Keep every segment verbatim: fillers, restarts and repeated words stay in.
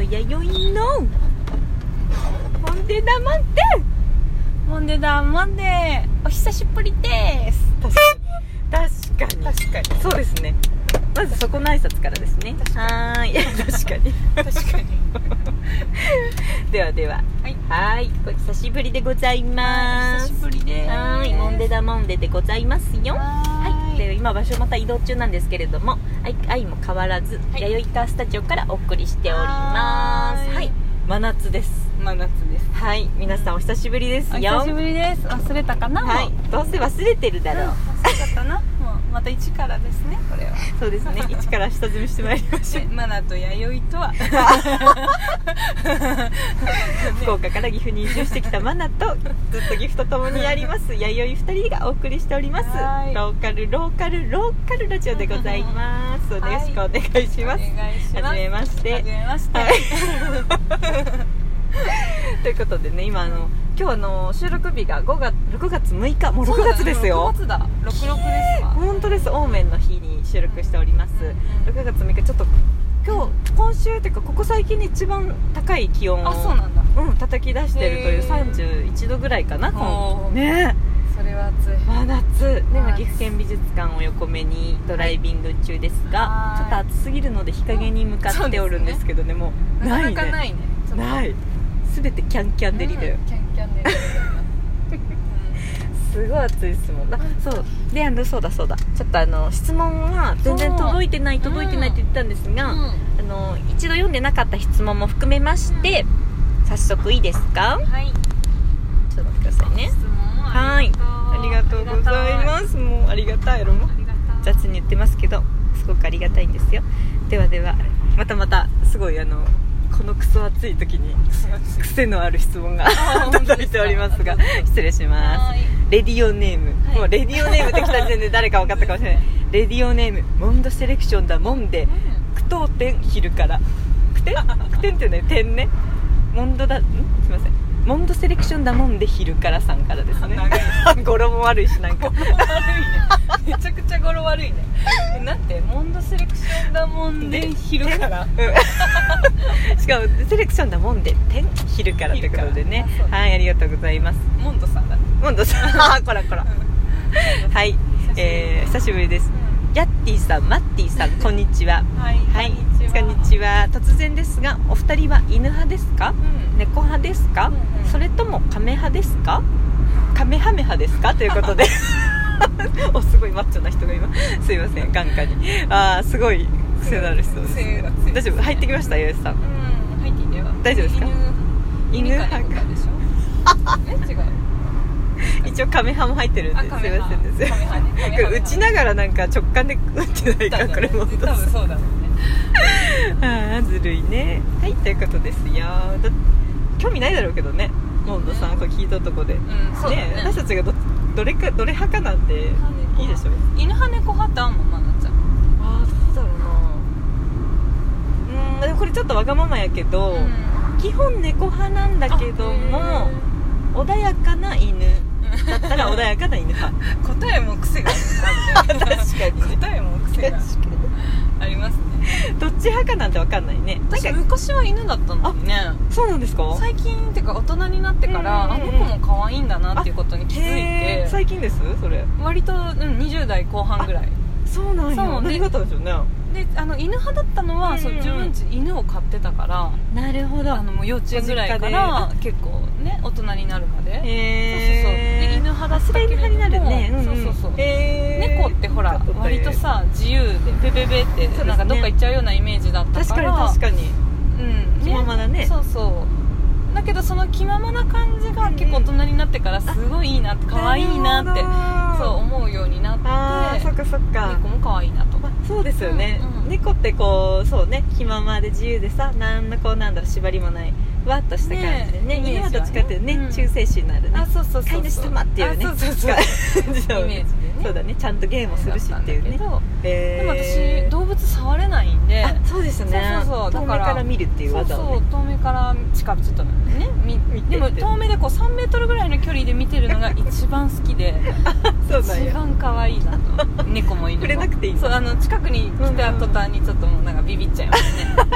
弥生のモンデダモンデモンデダモンデお久しぶりです。確かに確かに確かにそうですね。まずそこの挨拶からですね。はーい確かに確かにではでは、はい、はーいお久しぶりでございます。 久しぶりです。 はーいモンデダモンデでございますよ。はい、で今場所また移動中なんですけれども、愛も変わらず、はい、弥生カースタジオからお送りしております。はい、真夏です。 真夏です。 はい、皆さんお久しぶりですよ。 お久しぶりです。忘れたかな。 はい、どうせ忘れてるだろう、うん、 忘れちゃったな。もうまた一からですね、これは。 そうですね、一から下積みしてまいりましょう。 マナと弥生とは福岡から岐阜に移住してきたマナとずっと岐阜と共にやります弥生ふたりがお送りしております。ローカルローカルローカルラジオでございます。よろしくお願いします。 お願いします。 はじめまして。 はじめまして。 はいということでね、今あの今日あの収録日がごがつろくがつむいか、もうろくがつですよ。 ろくがつだ。ろくろくですわ。 本当です。オーメンの日に収録しております。ろくがつむいか、ちょっと今日今週というかここ最近で一番高い気温をあ、そうなんだ。 うん、叩き出してるというさんじゅういちどぐらいかな。ねえ。それは暑い。 真夏。でも岐阜県美術館を横目にドライビング中ですが、ちょっと暑すぎるので日陰に向かっておるんですけどね、もうないね。 なかなかないね。 ない。すべてキャンキャンデリだよ、うん、 キャンキャンデリすごい暑いですもん。あ、そうで、あのそうだそうだちょっとあの質問は全然届いてない届いてないって言ったんですが、うん、あの一度読んでなかった質問も含めまして、うん、早速いいですか。 はい、 ちょっと待ってくださいね。はい、ありがとうございます。もうありがたいやろ、も雑に言ってますけどすごくありがたいんですよ。ではではまたまたすごいあのこのクソ暑い時に癖のある質問が届いておりますが、失礼します。レディオネーム、はい、もうレディオネームって来た時点で誰か分かったかもしれないレディオネームモンドセレクションだもんで句読点昼から句点句点ってね、点ね、モンドだんすいませんモンドセレクションだもんで昼からさんからですね。語呂も悪いし、なんか語呂悪いねめちゃくちゃ語呂悪いね。なんてモンドセレクションだもんで昼から、 うん、しかもセレクションだもんで点昼からということでね。はい、ありがとうございます。 モンドさんだね。 モンドさんあこらこらはい、えー、久しぶりです。ヤッティさん、マッティさん、こんにちは。 はい、 はい、こんにちは。突然ですが、お二人は犬派ですか、うん、猫派ですか、うんうん、それともカメ派ですか、カメハメ派ですかということでお、すごいマッチョな人が今すいません、眼下にあー、すごい癖のある人です。大丈夫？入ってきました、よよしさん。 うん、入っていいんだよ。 大丈夫ですか？ 犬派でしょえ、違う一応カメハも入ってるんですいませんです。これ打ちながらなんか直感で打ってないか、これも多分そうだろうねああ、ずるいね。はい、ということですよ。だ興味ないだろうけどね、モンドさん、これ聞いたとこで、うんそうだね、ね、私たちが ど, どれかどれ派かなんていいでしょ。 犬派猫派ってあんの、まなちゃん。 ああ、どうだろうな。うん、でもこれちょっとわがままやけど、うん、基本猫派なんだけども穏やかな犬だったら穏やかな犬派答えも癖がある、ね、確かに答えも癖がありますね。 どっち派かなんて分かんないね。 私昔は犬だったのにね。 そうなんですか。 最近ってか大人になってから、あの子も可愛いんだなっていうことに気づいて。 最近ですそれ。 割と、うん、にじゅう代後半ぐらい。 そうなんや。そう何があったんですよね。 で、あの犬派だったのは、うんうん、そう自分ち犬を飼ってたから。 なるほど。 あのもう幼稚園ぐらいから結構ね、大人になるまで。 へー。 そうそうそう。で犬派だったけれども、 犬派になるね。 うんうん、そうそうそう。猫ってほら割とさ自由でペペペってなんかどっか行っちゃうようなイメージだったから。 確かに確かに。うん。気ままだね。 そうそう。だけどその気ままな感じが結構大人になってからすごいいいなって、可愛いなってそう思うようになって。 ああ、そっかそっか。 猫も可愛いなと。 そうですよね、うんうん、猫ってこうそうね、気ままで自由でさ、なんのこうなんだろう、縛りもないふわっとした感じでね、犬はどっちかっていうとね、うん、忠誠心のあるね、 あ、そうそうそうそう、 飼い主様っていうね、 そうそうそうイメージでね、 そうだね、ちゃんとゲームもするしっていうね。 でも私動物触れないんで。 あ、そうですね。そうそうそう、遠目から見るっていう技をね。そうそう、 遠目から近ちょっとね見て、でも遠目でこうさんメートルぐらいの距離で見てるのが一番好きでそうなんや、一番可愛いなと。猫も犬も触れなくていい。そう、あの近くに来た途端にちょっともうなんかビビっちゃいますね。可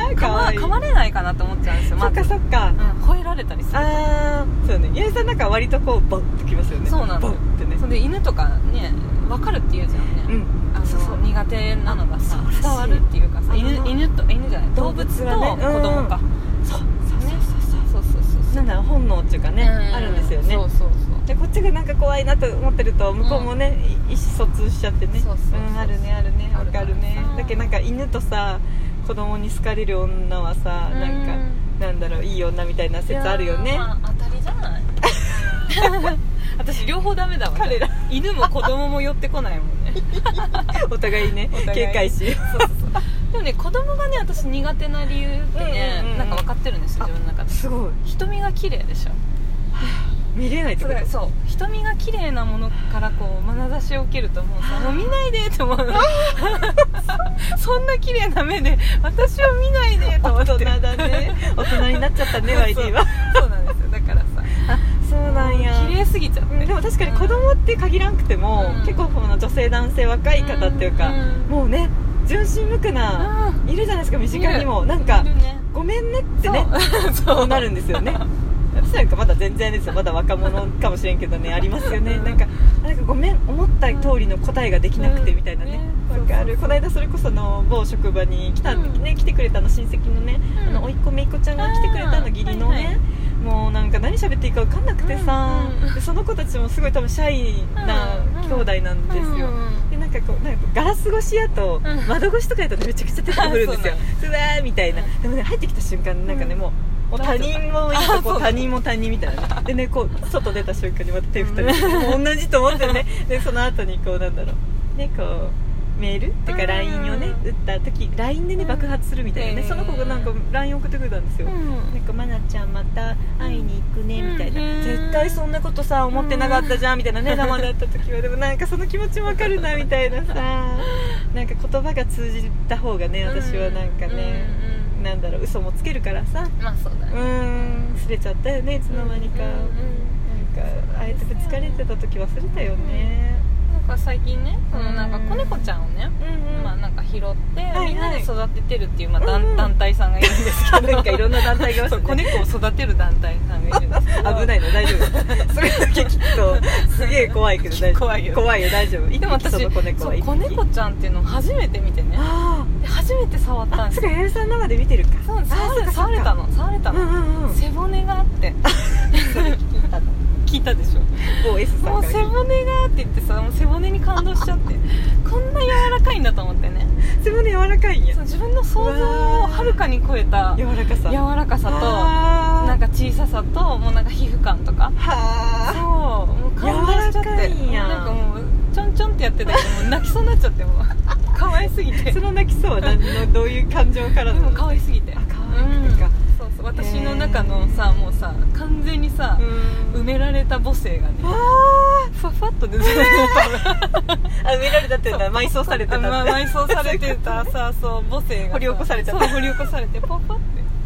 ま噛まれないかなと思っちゃうんですよ。 そっかそっか、 うん、吠えられたりする。 ああそうね、八重さんなんか割とこうボンってきますよね。 そうなんですよ。 ボンってね。 それで犬とかね分かるって言うじゃんね、うん、あのそうそう苦手なのがさ伝わるっていうかさ、犬, 犬と犬じゃない動物と子供か、 うん、そうそうそうそうそうそうなんだろう本能っていうかね、うん、あるんですよね。そうそうそうでこっちがなんか怖いなと思ってると向こうもね、うん、意思疎通しちゃってね。そうそうそうそう、うん、あるねあるねわかるね。だけどなんか犬とさ子供に好かれる女はさ、うん、なんかなんだろういい女みたいな説あるよね。 まあ、当たりじゃない私両方ダメだわ。彼ら犬も子供も寄ってこないもんねお互いね警戒しそうそうそうでもね子供がね私苦手な理由ってね、うんうんうん、なんか分かってるんですよ自分の中で。 すごい瞳が綺麗でしょ見れないってこと。 そう瞳が綺麗なものからこう眼差しを受けるともうさもう見ないでって思うそんな綺麗な目で私を見ないでと思って大人だね大人になっちゃったねワイディは。 そうなんですよ。だからさあそうなんや綺麗すぎちゃって、うん、 でも確かに子供って限らなくても、うん、結構この女性男性若い方っていうか、うん、もうね純真無垢な、うん、いるじゃないですか身近にもなんか、ね、ごめんねってねそうなるんですよね私なんかまだ全然ですよまだ若者かもしれんけどねありますよね。なんかなんかごめん思った通りの答えができなくてみたいなね、わ、うん、かる。この間それこその某職場に来た、うんね、来てくれたの親戚のね、うん、あの甥っ子姪っ子ちゃんが来てくれたの義理のね、はいはい、もうなんか何喋っていいか分かんなくてさ、うんうん、でその子たちもすごい多分シャイな兄弟なんですよ、うんうん、でなんかこうなんかガラス越しやと、うん、窓越しとかやと、ね、めちゃくちゃ出てくるんですようわーみたいな。でもね入ってきた瞬間なんかね、うん、もうもう他人もいいとこ他人も他人みたいなでねこう外出た瞬間にまた手振ったりしてもう同じと思ってねでその後にこうなんだろうねこうメールっていうか ライン をね打った時 ライン でね爆発するみたいなね。その子がなんか ライン 送ってくれたんですよ、うん、なんかマナちゃんまた会いに行くねみたいな、うん、絶対そんなことさ思ってなかったじゃんみたいなね生だった時はでもなんかその気持ちもわかるなみたいなさなんか言葉が通じた方がね私はなんかね、うんうん、なんだろう嘘もつけるからさまあそうだねうんすれちゃったよねいつの間にか、うんうん、なんかあえてぶつかれてた時忘れたよね。 なんか最近ねそのなんか子猫ちゃんをね、うんうん、まあなんか拾って、はいはい、みんなで育ててるっていう、まあ団うんうん、団体さんがいるんですけどなんかいろんな団体がいますね子猫を育てる団体さんがいるんですけど危ないの大丈夫それだけ聞くとすげえ怖いけど大丈夫怖いよ、ね、怖いよ大丈夫。 でも私その子猫はそう子猫ちゃんっていうのを初めて見てねで初めて触ったんですよ。 あ、そっか、八重さん生で見てるか。 そう触れ触れたの触れたの、うんうんうん、背骨があってそれ聞いたの聞いたでしょ某 S さんから。 もう背骨がって言ってさもう背骨に感動しちゃってこんな柔らかいんだと思ってね。 背骨柔らかいんや。 そう自分の想像をはるかに超えた柔らかさ柔らかさとなんか小ささともうなんか皮膚感とかはそうもう感動しちゃってなんかもうちょんちょんってやってたけどもう泣きそうになっちゃってもう可愛すぎてその泣きそうは何のどういう感情からの。 でも可愛すぎてあ可愛いか、うんそうそう私の中のさもうさ完全にさ埋められた母性がねふわふわっと出てるあ埋められたっていうのは埋葬されてたって、 ま、埋葬されてたさそう母性が掘り起こされちゃった掘り起こされてポッポ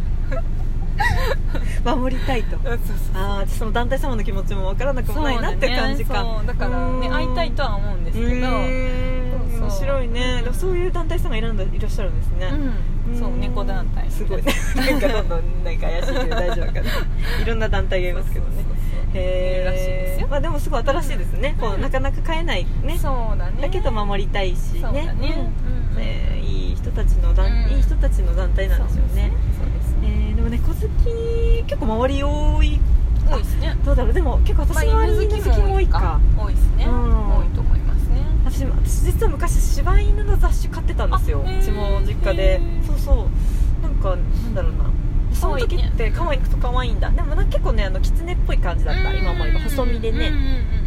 って守りたいと。そうそうそうあその団体様の気持ちも分からなくもないなって感じか。 そう、ね、そうだからね会いたいとは思うんですけど面白いね、うん、そういう団体さんがいらっしゃるんですね、 うん、そう猫団体すごいねなんかどんどんなんか怪しいけど大丈夫かな。いろんな団体がいますけどね。へえらしいですよ。 まあでもすごい新しいですね、うん、こうなかなか飼えないね。 そうだねだけど守りたいしね。 そうだね、 うんねいい人たちの団、うん、いい人たちの団体なんですよね。 そうですね、 えー、でも猫好き結構周り多い多いですね。 どうだろうでも結構私の周り犬好きも多いか。 多いですね、うん、多いと思いますね。 私, 私実は昔柴犬の雑種飼ってたんですよ。うちも実家で。そうそうなんかなんだろうなその時って可愛いと可愛いんだ。でもなんか結構ねあの狐っぽい感じだった。今思えば細身でね、うんうんうん、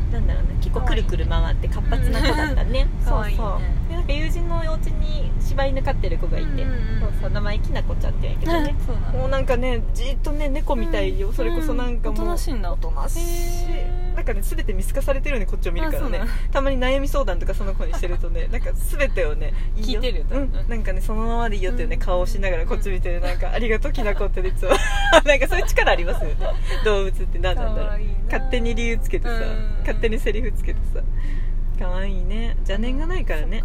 なんだろうな結構くるくる回って活発な子だったね。そうそう、ね、でなんか友人のお家に柴犬飼ってる子がいて、うんうん、そうそう名前きなこちゃんって言うんやけどね、うん、もうなんかねじっとね猫みたいよ、うん、それこそなんかもう、 うん、おとなしいんだ。 おとなしいなんかね全て見透かされてるよねこっちを見るからね。たまに悩み相談とかその子にしてるとねなんか全てをねいいよ聞いてるよ、うん、 なんかねそのままでいいよっていうね、うん、顔をしながらこっち見てるなんかありがとうきなこっていつもなんかそういう力ありますよね動物って何なんだろう。勝手に理由つけてさ、うん、勝手にセリフつけてさ可愛いね。邪念がないからね。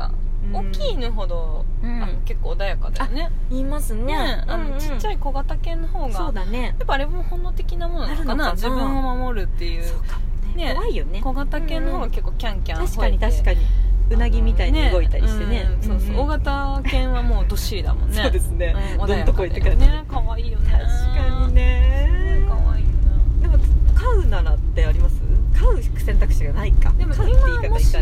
うん、大きい犬ほど、うん、あの結構穏やかだよね。 言いますね。 ね、あの、うんうん、ちっちゃい小型犬の方がそうだね。 やっぱあれも本能的なものなのかな、かな自分を守るっていう。 そうかもね。怖いよね。 小型犬の方が結構キャンキャン吠えて、 確かに確かにうなぎみたいに動いたりしてね。 うん、そうそう、大型犬はもうどっしりだもんね。 そうですね。 うん、 どんとこいって感じ。 ね、可愛いよね。 確かにね。 可愛いな。 でも飼うならってあります？飼う選択肢がないか。 でも今もし、うん、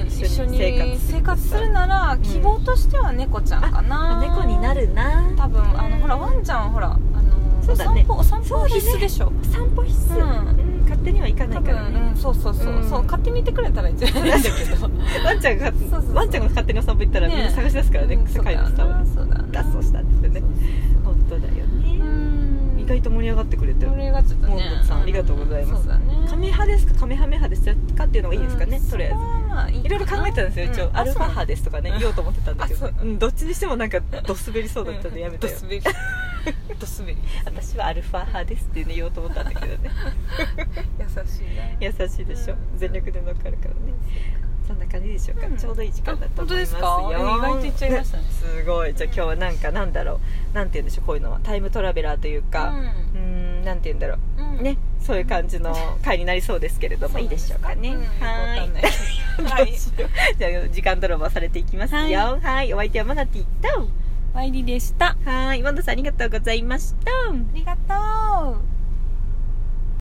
一緒に生活するなら希望としては猫ちゃんかな。 猫になるな。 多分あのほらワンちゃんはほらあのそうだね。 お散歩必須でしょ。 散歩必須。勝手には行かないからね。 うん、そうそうそうそう、買ってみてくれたらいいんだけど。 ワンちゃんがワンちゃんが勝手にお散歩行ったらみんな探し出すからね。世界の下を脱走したんですよね。本当だよね。意外と盛り上がってくれてる。 盛り上がっちゃったね。 モードさんありがとうございます。カメ派ですかカメ派メ派ですかっていうのがいいですかね。とりあえずいろいろ考えてたんですよ。一応アルファ派ですとかね言おうと思ってたんだけど、どっちにしてもなんかドスベリそうだったんでやめたよ。 ドスベリドスベリ私はアルファ派ですって言おうと思ったんだけどね。 優しいね。 優しいでしょ。全力で乗っかるからね。そんな感じでしょうか。ちょうどいい時間だと思いますよ。 意外といっちゃいましたね。 すごい。じゃあ今日はなんかなんだろうなんて言うんでしょうこういうのはタイムトラベラーというか、うーんなんて言うんだろうねそういう感じの回になりそうですけれどもいいでしょうかね。はい。じゃあ時間泥棒されていきますよ。はい。お相手はマナティとワイリでした。 はい。ワンダさんありがとうございました。 ありがとう。